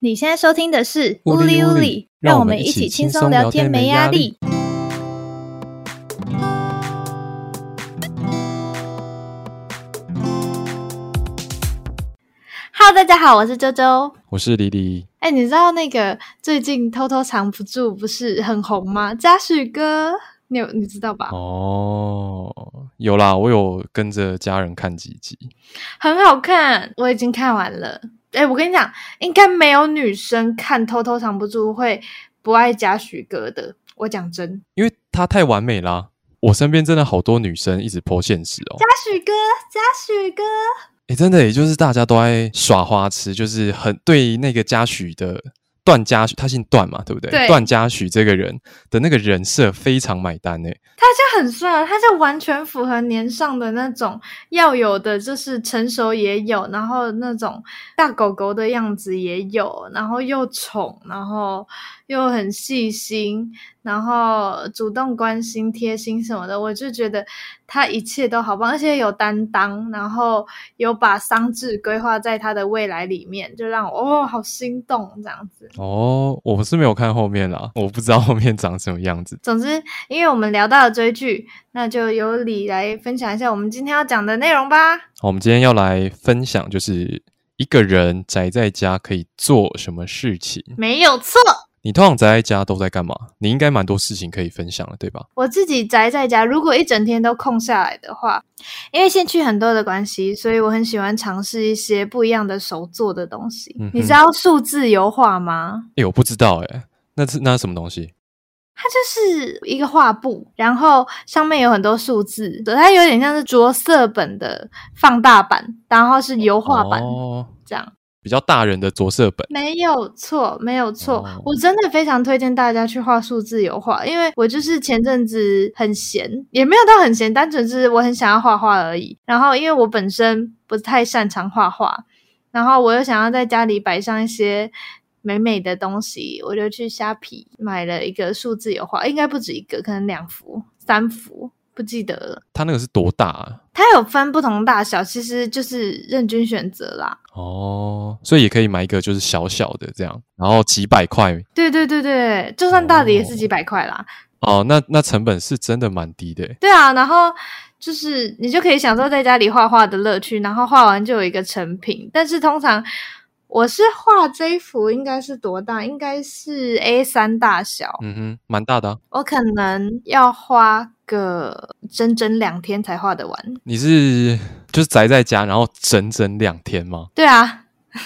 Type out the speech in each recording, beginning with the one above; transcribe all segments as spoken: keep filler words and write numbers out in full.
你现在收听的是乌里乌里， 让我们一起轻松聊天没压力。Hello， 大家好，我是周周， 我是李李。 哎，你知道那个最近偷偷藏不住不是很红吗？嘉许哥，你有你知道吧？ 哦，有啦，我有跟着家人看几集， 很好看，我已经看完了。哎，我跟你讲，应该没有女生看偷偷藏不住会不爱嘉许哥的。我讲真， 因为他太完美啦。我身边真的好多女生一直 po 现实哦。 嘉许哥，嘉许哥， 哎，真的也就是大家都在耍花痴，就是很对那个嘉许的段嘉许，他姓段嘛，对不对？ 对， 段嘉许这个人的那个人设非常买单诶。 他就很帅，他就完全符合年上的那种要有的，就是成熟也有，然后那种大狗狗的样子也有，然后又宠，然后又很细心，然后主动关心贴心什么的，我就觉得他一切都好棒，而且有担当，然后有把丧志规划在他的未来里面，就让我哦好心动这样子。 哦，我是没有看后面啦，我不知道后面长什么样子。 总之因为我们聊到了追剧，那就由李来分享一下我们今天要讲的内容吧。 好，我们今天要来分享就是一个人宅在家可以做什么事情。 没有错， 你通常宅在家都在干嘛？你应该蛮多事情可以分享的，对吧？ 我自己宅在家，如果一整天都空下来的话，因为兴趣很多的关系，所以我很喜欢尝试一些不一样的手做的东西。嗯、你知道数字油画吗？ 诶，我不知道诶，那是那是什么东西？ 它就是一个画布，然后上面有很多数字，它有点像是着色本的放大版，然后是油画版、哦、这样。 比较大人的着色本。 没有错，没有错、哦、我真的非常推荐大家去画数字油画，因为我就是前阵子很闲，也没有到很闲，单纯是我很想要画画而已。然后因为我本身不太擅长画画，然后我又想要在家里摆上一些美美的东西，我就去虾皮买了一个数字油画，应该不止一个，可能两幅三幅不记得了。 它那个是多大啊？ 它有分不同大小，其实就是任君选择啦。 哦，所以也可以买一个就是小小的这样，然后几百块。 对对对对，就算大的也是几百块啦。 哦，那那成本是真的蛮低的。 对啊，然后就是你就可以享受在家里画画的乐趣，然后画完就有一个成品。但是通常我是画这一幅应该是多大？应该是 A 三 大小。 嗯哼，蛮大的啊。 我可能要花个整整两天才画得完。 你是就是宅在家然后整整两天吗？ 对啊。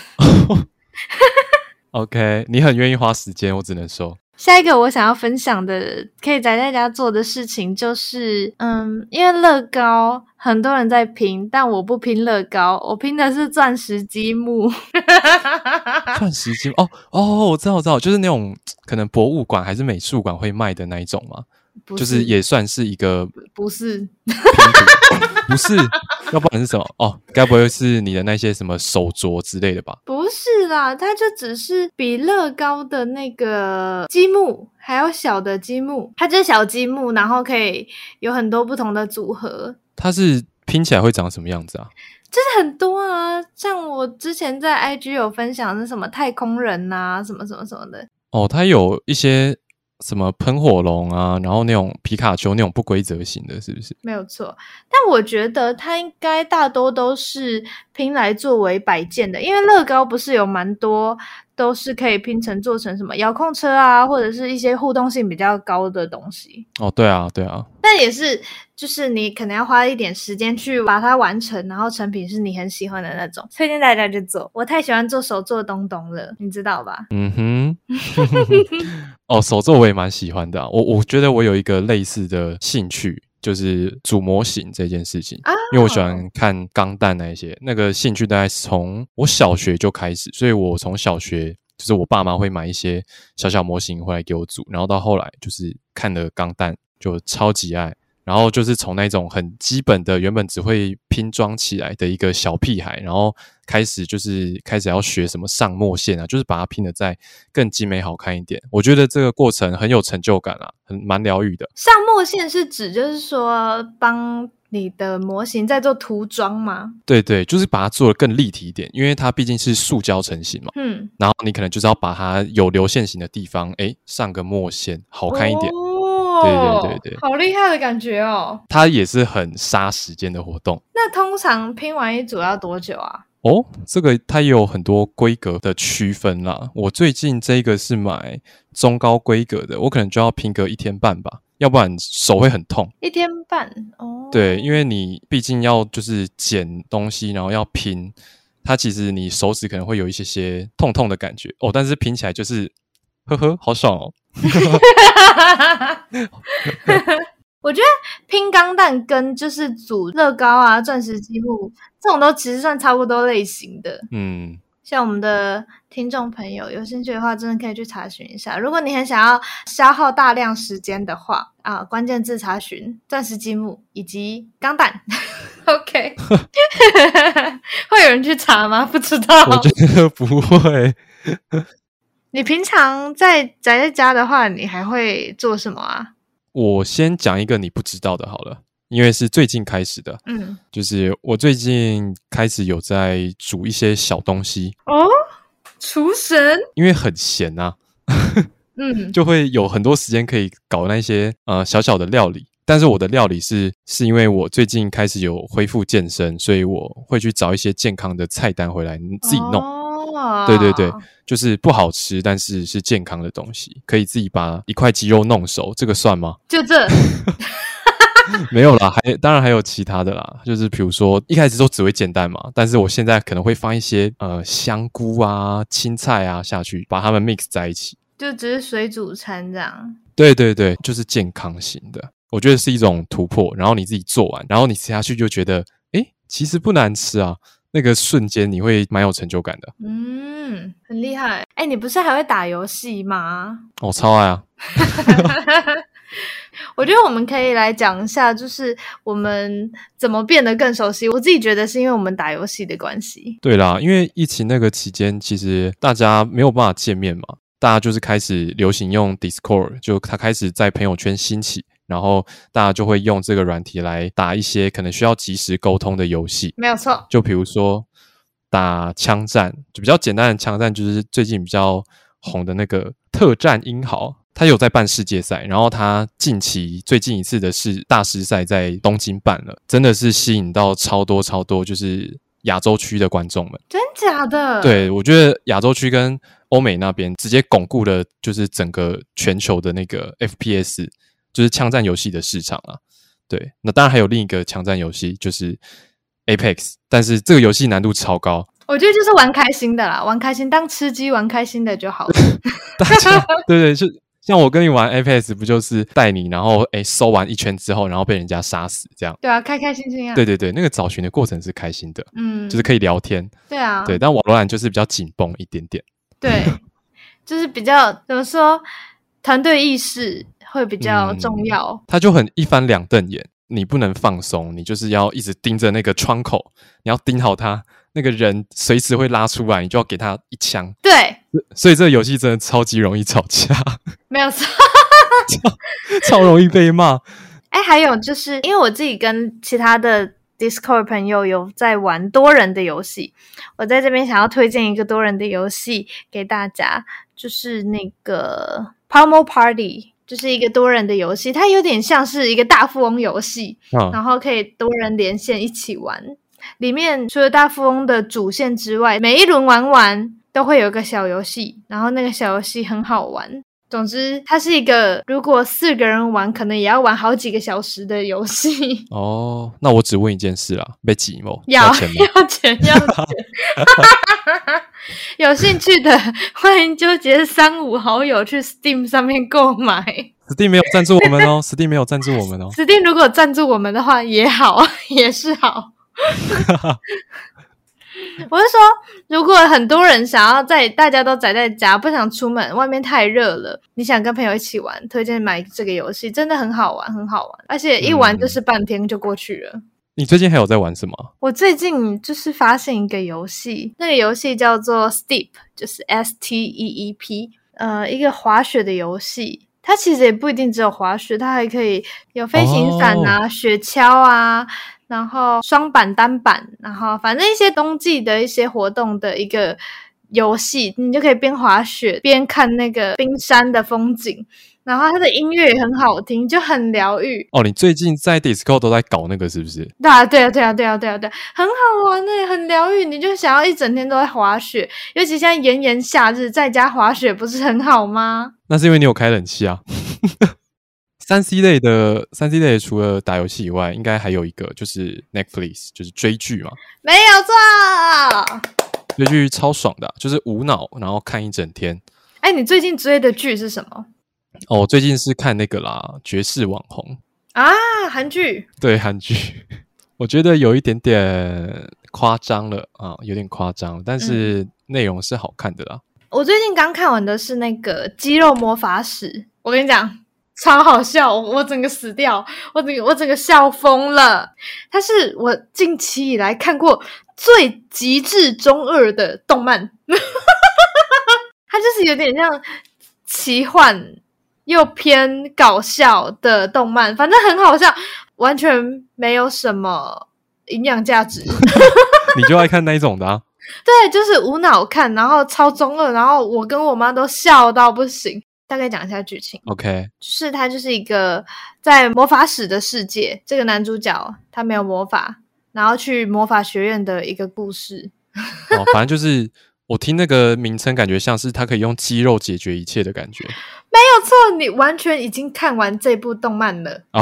OK， 你很愿意花时间，我只能说。 下一个我想要分享的可以宅在家做的事情就是嗯，因为乐高很多人在拼，但我不拼乐高，我拼的是钻石积木。 钻石积木哦哦，我知道我知道，就是那种可能博物馆还是美术馆会卖的那一种吗？ 不是， 就是也算是一个不是不是，要不然是什么？哦，该不会是你的那些什么手镯之类的吧？ 不是啦，它就只是比乐高的那个积木还有小的积木，它就是小积木，然后可以有很多不同的组合。 它是拼起来会长什么样子啊？ 就是很多啊，像我之前在 I G 有分享的什么太空人啊，什么什么什么的。 哦，它有一些什么喷火龙啊，然后那种皮卡丘那种不规则型的，是不是？ 没有错，但我觉得它应该大多都是拼来作为摆件的，因为乐高不是有蛮多都是可以拼成做成什么遥控车啊，或者是一些互动性比较高的东西。 哦，对啊，对啊。 但也是，就是你可能要花一点时间去把它完成，然后成品是你很喜欢的那种，推荐大家去做。我太喜欢做手做东东了，你知道吧？ 嗯哼。哦，手做我也蛮喜欢的啊。我我觉得我有一个类似的兴趣，就是组模型这件事情、啊、因为我喜欢看钢弹那一些，那个兴趣大概是从我小学就开始，所以我从小学就是我爸妈会买一些小小模型回来给我组，然后到后来就是看了钢弹就超级爱，然后就是从那种很基本的原本只会拼装起来的一个小屁孩，然后开始就是开始要学什么上墨线啊，就是把它拼得再更精美好看一点。我觉得这个过程很有成就感啊，很蛮疗愈的。 上墨线是指就是说帮你的模型在做涂装吗？ 对对，就是把它做得更立体一点，因为它毕竟是塑胶成型嘛。嗯，然后你可能就是要把它有流线型的地方，哎，上个墨线，好看一点。哦，对对对对， 好厉害的感觉哦！ 它也是很杀时间的活动。 那通常拼完一组要多久啊？ 哦，这个它也有很多规格的区分啦。我最近这个是买中高规格的，我可能就要拼个一天半吧，要不然手会很痛。 一天半哦， 对，因为你毕竟要就是剪东西，然后要拼，它其实你手指可能会有一些些痛痛的感觉哦，但是拼起来就是呵呵，好爽哦。 我觉得拼钢弹跟就是组乐高啊、钻石积木这种都其实算差不多类型的。嗯，像我们的听众朋友有兴趣的话，真的可以去查询一下。如果你很想要消耗大量时间的话啊，关键字查询钻石积木以及钢弹。OK， 会有人去查吗？不知道。 我觉得不会。 你平常在宅在家的话，你还会做什么啊？ 我先讲一个你不知道的好了，因为是最近开始的。嗯，就是我最近开始有在煮一些小东西哦，厨神， 因为很闲啊，嗯，就会有很多时间可以搞那些呃小小的料理。但是我的料理是是因为我最近开始有恢复健身，所以我会去找一些健康的菜单回来自己弄。哦，对对对，就是不好吃，但是是健康的东西，可以自己把一块鸡肉弄熟，这个算吗？ 就这。 没有啦，还当然还有其他的啦，就是比如说一开始都只会煎蛋嘛，但是我现在可能会放一些呃香菇啊、青菜啊下去，把它们 mix 在一起， 就只是水煮餐这样。 对对对，就是健康型的，我觉得是一种突破。然后你自己做完，然后你吃下去就觉得，诶，其实不难吃啊。那个瞬间你会蛮有成就感的。 嗯，很厉害。诶，你不是还会打游戏吗？ 我超爱啊。 我觉得我们可以来讲一下，就是我们怎么变得更熟悉。我自己觉得是因为我们打游戏的关系。 对啦，因为疫情那个期间，其实大家没有办法见面嘛，大家就是开始流行用 Discord， 就它开始在朋友圈兴起，然后大家就会用这个软体来打一些可能需要即时沟通的游戏。 没有错， 就比如说打枪战，就比较简单的枪战，就是最近比较红的那个特战英豪。他有在办世界赛，然后他近期最近一次的是大师赛在东京办了，真的是吸引到超多超多就是亚洲区的观众们。 真假的？ 对，我觉得亚洲区跟欧美那边直接巩固了就是整个全球的那个 F P S， 就是枪战游戏的市场啊。对，那当然还有另一个枪战游戏就是 Apex， 但是这个游戏难度超高。 我觉得就是玩开心的啦，玩开心当吃鸡玩开心的就好了。 大家对对，就像我跟你玩 Apex 不就是带你然后诶收完一圈之后然后被人家杀死这样。 对啊，开开心心啊。 对对对，那个找寻的过程是开心的。嗯，就是可以聊天。 对啊， 对，但网络栏就是比较紧绷一点点。 对，就是比较怎么说，团队意识会比较重要。 嗯，他就很一翻两瞪眼，你不能放松，你就是要一直盯着那个窗口，你要盯好他，那个人随时会拉出来，你就要给他一枪。 对， 所以这个游戏真的超级容易吵架。 没有错。 超, 超容易被骂。 哎，还有就是因为我自己跟其他的 Discord 朋友有在玩多人的游戏，我在这边想要推荐一个多人的游戏给大家，就是那个 Pomo Party， 就是一个多人的游戏，它有点像是一个大富翁游戏。嗯，然后可以多人连线一起玩。里面除了大富翁的主线之外，每一轮玩完都会有一个小游戏，然后那个小游戏很好玩。总之它是一个如果四个人玩可能也要玩好几个小时的游戏。 哦，那我只问一件事啦，被挤吗？ 要要钱吗？ 要钱要钱。有兴趣的欢迎纠结三五好友去 Steam 上面购买。 Steam 没有赞助我们哦。Steam 没有赞助我们哦。 Steam 如果赞助我们的话也好，也是好。我是说如果很多人想要在大家都宅在家不想出门，外面太热了，你想跟朋友一起玩，推荐买这个游戏，真的很好玩很好玩，而且一玩就是半天就过去了。嗯， 你最近还有在玩什么？ 我最近就是发现一个游戏，那个游戏叫做 Steep， 就是 S T E E P， 呃，一个滑雪的游戏。 它其实也不一定只有滑雪，它还可以有飞行伞啊、哦、雪橇啊，然后双板单板，然后反正一些冬季的一些活动的一个游戏，你就可以边滑雪边看那个冰山的风景，然后它的音乐也很好听，就很疗愈。 哦，你最近在 Discord 都在搞那个是不是？ 对啊对啊对啊对啊对啊对啊，很好玩耶，很疗愈，你就想要一整天都在滑雪，尤其现在炎炎夏日在家滑雪不是很好吗？ 那是因为你有开冷气啊。三 C 类的三 C 类的除了打游戏以外，应该还有一个就是 Netflix， 就是追剧嘛。 没有错， 追剧超爽的、啊，就是无脑然后看一整天。 哎，你最近追的剧是什么？ 哦，最近是看那个啦，绝世网红啊，韩剧。 对，韩剧，我觉得有一点点夸张了啊，有点夸张，但是内容是好看的啦。 嗯、我最近刚看完的是那个《肌肉魔法使》，我跟你讲。超好笑，我整个死掉，我整个我整个笑疯了。它是我近期以来看过最极致中二的动漫，它就是有点像奇幻又偏搞笑的动漫，反正很好笑，完全没有什么营养价值。 你就爱看那一种的啊？ 对，就是无脑看，然后超中二，然后我跟我妈都笑到不行。大概讲一下剧情 OK， 就是他就是一个在魔法使的世界，这个男主角他没有魔法，然后去魔法学院的一个故事。 哦，反正就是我听那个名称感觉像是他可以用肌肉解决一切的感觉。 没有错，你完全已经看完这部动漫了。哦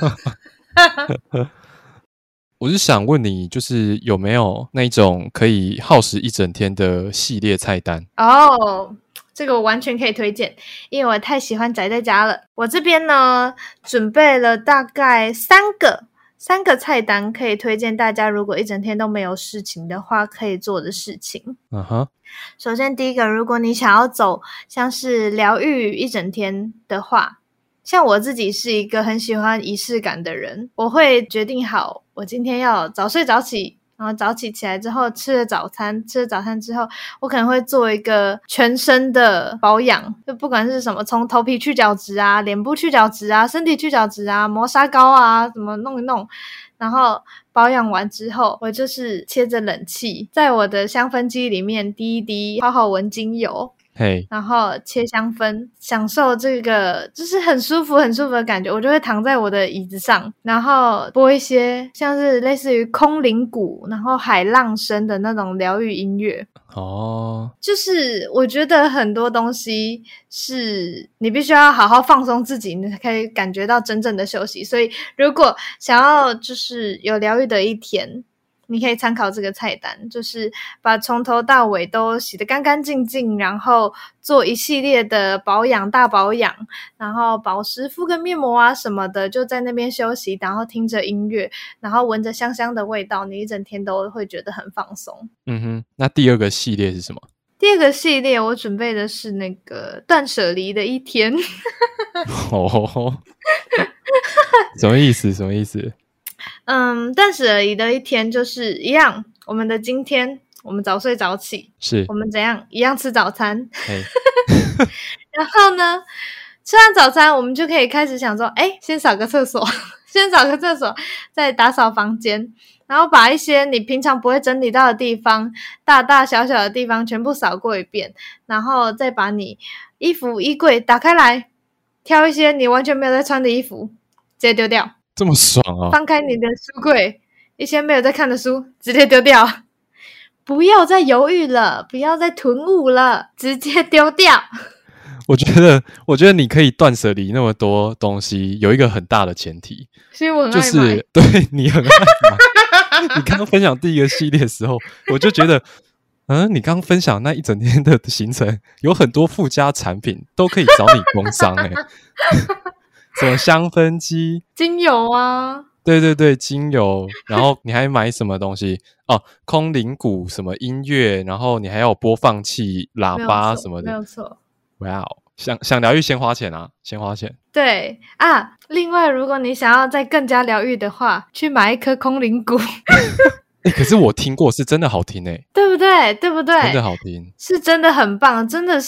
我是想问你，就是有没有那种可以耗时一整天的系列菜单？ 哦，这个我完全可以推荐，因为我太喜欢宅在家了。我这边呢准备了大概三个三个菜单，可以推荐大家如果一整天都没有事情的话可以做的事情。 嗯哼， 首先第一个，如果你想要走像是疗愈一整天的话，像我自己是一个很喜欢仪式感的人，我会决定好我今天要早睡早起，然后早起起来之后吃了早餐，吃了早餐之后我可能会做一个全身的保养，就不管是什么，从头皮去角质啊，脸部去角质啊，身体去角质啊，磨砂膏啊，什么弄一弄，然后保养完之后我就是切着冷气，在我的香氛机里面滴一滴好好闻精油， 嘿， 然后切香氛，享受这个就是很舒服很舒服的感觉。我就会躺在我的椅子上，然后播一些像是类似于空灵鼓然后海浪声的那种疗愈音乐。 哦， 就是我觉得很多东西是你必须要好好放松自己，你才可以感觉到真正的休息。所以如果想要就是有疗愈的一天，你可以参考这个菜单，就是把从头到尾都洗得干干净净，然后做一系列的保养大保养，然后保湿敷个面膜啊什么的，就在那边休息，然后听着音乐，然后闻着香香的味道，你一整天都会觉得很放松。 嗯哼，那第二个系列是什么？ 第二个系列我准备的是那个断舍离的一天。 哦，什么意思什么意思？ 嗯，断舍离的一天就是一样，我们的今天我们早睡早起， 是我们怎样一样吃早餐。然后呢吃完早餐我们就可以开始想说，诶先扫个厕所先扫个厕所，再打扫房间，然后把一些你平常不会整理到的地方，大大小小的地方全部扫过一遍，然后再把你衣服衣柜打开来，挑一些你完全没有在穿的衣服直接丢掉。 这么爽啊！ 翻开你的书柜，一些没有在看的书直接丢掉，不要再犹豫了，不要再囤物了，直接丢掉。 我觉得我觉得你可以断舍离那么多东西，有一个很大的前提， 所以我很爱买， 就是对你很爱买。你刚刚分享第一个系列的时候，我就觉得嗯，你刚刚分享那一整天的行程有很多附加产品都可以找你工商欸。什么香氛机、 精油啊， 对对对，精油，然后你还买什么东西哦？空灵鼓什么音乐，然后你还要有播放器、喇叭什么的， 没有错。 哇哦，想想疗愈先花钱啊，先花钱。 对啊，另外如果你想要再更加疗愈的话，去买一颗空灵鼓。 欸，可是我听过，是真的好听欸， 对不对？对不对？ 真的好听， 是真的很棒，真的是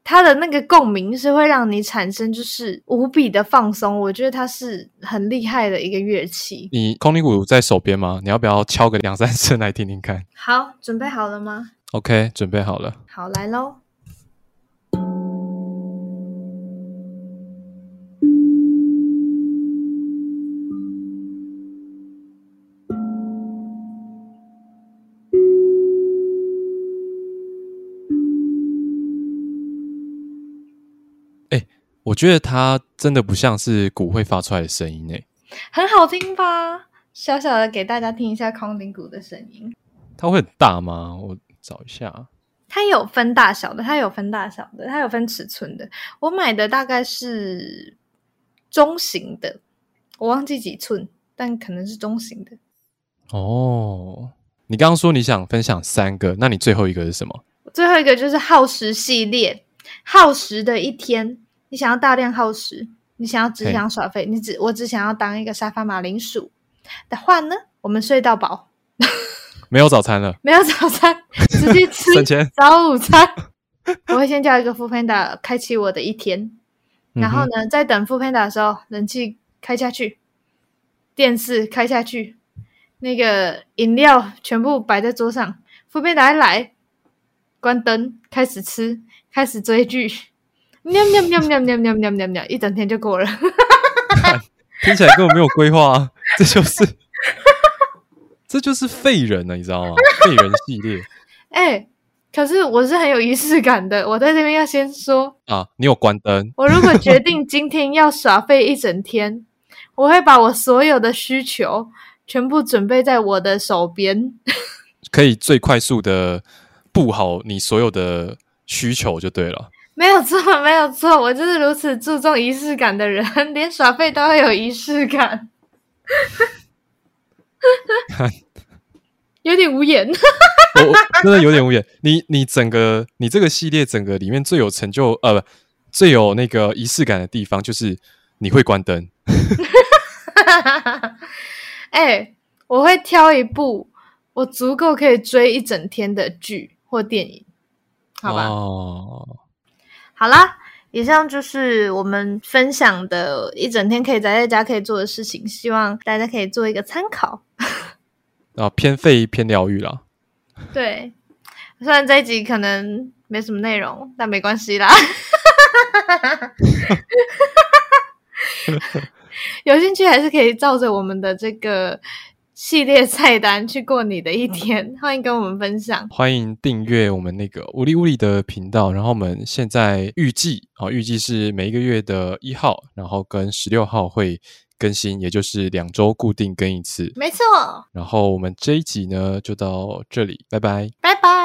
它的那个共鸣是会让你产生就是无比的放松，我觉得它是很厉害的一个乐器。 你空灵鼓在手边吗？你要不要敲个两三声来听听看？ 好，准备好了吗？ OK， 准备好了。 好，来咯。 欸，我觉得它真的不像是鼓会发出来的声音欸， 很好听吧？小小的给大家听一下空灵鼓的声音。 它会很大吗？我找一下。 它有分大小的，它有分大小的，它有分尺寸的。我买的大概是中型的，我忘记几寸，但可能是中型的。 哦，你刚刚说你想分享三个，那你最后一个是什么？ 最后一个就是耗时系列，耗时的一天，你想要大量耗时，你想要只想耍废，你只我只想要当一个沙发马铃薯的话呢，我们睡到饱。 没有早餐了， 没有早餐，直接吃早午餐。我会先叫一个 Foodpanda 开启我的一天，然后呢，在等 Foodpanda 的时候，冷气开下去，电视开下去，那个饮料全部摆在桌上 ，Foodpanda 来，关灯，开始吃，开始追剧，喵喵喵喵喵喵喵喵喵，一整天就过了。 听起来根本没有规划啊，这就是。这就是废人了，你知道吗？废人系列。 哎、欸，可是我是很有仪式感的。我在这边要先说啊，你有关灯。 我如果决定今天要耍废一整天，我会把我所有的需求全部准备在我的手边， 可以最快速的布好你所有的需求就对了。 没有错，没有错，我就是如此注重仪式感的人，连耍废都会有仪式感。有点无言。 我我真的有点无言。你你整个你这个系列整个里面最有成就呃最有那个仪式感的地方就是你会关灯。 哎、欸，我会挑一部我足够可以追一整天的剧或电影，好吧？哦，好啦，以上就是我们分享的一整天可以宅在家可以做的事情，希望大家可以做一个参考。 啊，偏废偏疗愈啦。 对，虽然这一集可能没什么内容，但没关系啦。有兴趣还是可以照着我们的这个系列菜单去过你的一天，欢迎跟我们分享， 欢迎订阅我们那个乌里乌里的频道。然后我们现在预计啊，预计是每一个月的一号，然后跟十六号会更新，也就是两周固定更一次。 没错。 然后我们这一集呢就到这里，拜拜， 拜拜。